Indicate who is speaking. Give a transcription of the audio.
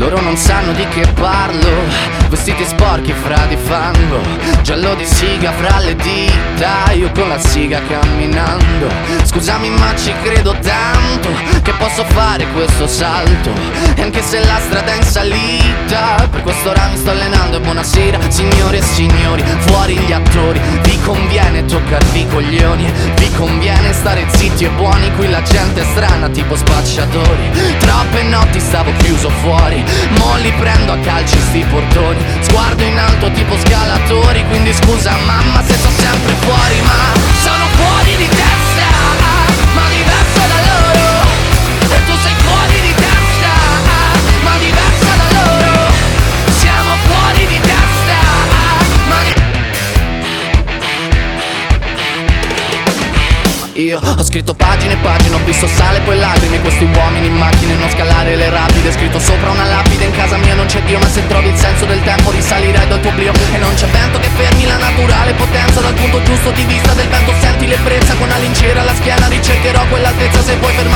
Speaker 1: Loro non sanno di che parlo, vestiti sporchi fra di fango, giallo di siga fra le dita, io con la siga camminando. Scusami ma ci credo tanto che posso fare questo salto, e anche se la strada è in salita, per quest'ora mi sto allenando. E buonasera signore e signori, fuori gli attori. Vi conviene toccarvi i coglioni, vi conviene stare zitti e buoni, qui la gente è strana tipo spacciatori. Troppe notti stavo chiuso fuori, mo li prendo a calci sti portoni, sguardo in alto tipo scalatori. Quindi scusa mamma se sto sempre fuori, ma sono fuori di testa, ma diverso da loro. E tu sei fuori di testa, ma diversa da loro. Siamo fuori di testa, ma io ho scritto pagine e pagine, ho visto sale e poi lacrime. Questi uomini in macchine, non scalare le rapide. Scritto sopra una lapide, in casa mia non c'è Dio, ma se trovi il senso del tempo risalirai dal tuo oblio. E non c'è vento che fermi la naturale potenza, dal punto giusto di vista del vento senti l'ebbrezza. Con la lincera alla schiena ricercherò quell'altezza, se vuoi fermare